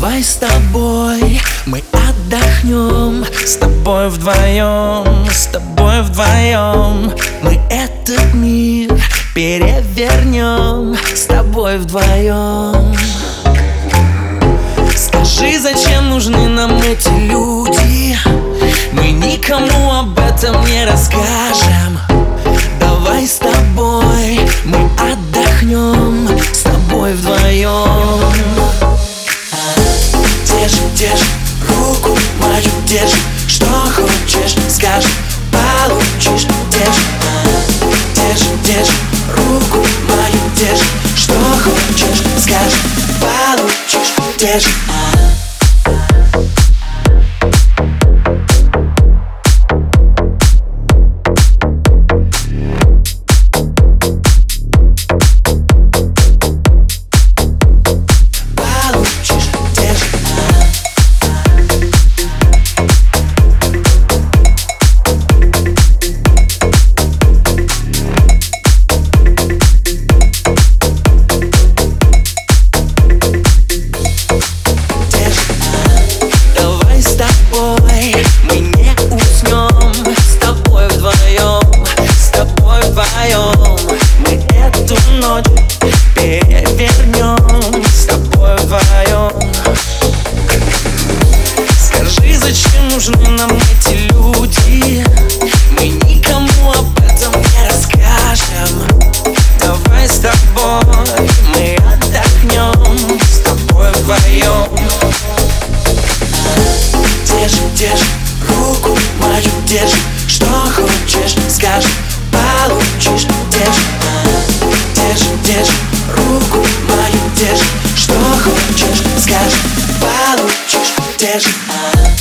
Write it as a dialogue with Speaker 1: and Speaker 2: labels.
Speaker 1: Давай с тобой мы отдохнем, с тобой вдвоем, с тобой вдвоем. Мы этот мир перевернем, с тобой вдвоем. Скажи, зачем нужны нам эти люди? Мы никому об этом не расскажем. Давай с тобой мы отдохнем, с тобой вдвоем. Держи руку мою, держи, что хочешь, скажи, получишь. Держи руку мою, держи, что хочешь, скажи, получишь. Держи. Мы не уснем, с тобой вдвоем, с тобой вдвоем. Мы эту ночь перевернем, с тобой вдвоем. Скажи, зачем нужны нам эти люди? Мы никому об этом не расскажем. Давай с тобой мы отдохнем, с тобой вдвоем. Держи руку мою, держи, что хочешь, скажи, получишь. Держи руку мою, держи, что хочешь, скажи, получишь. Держи.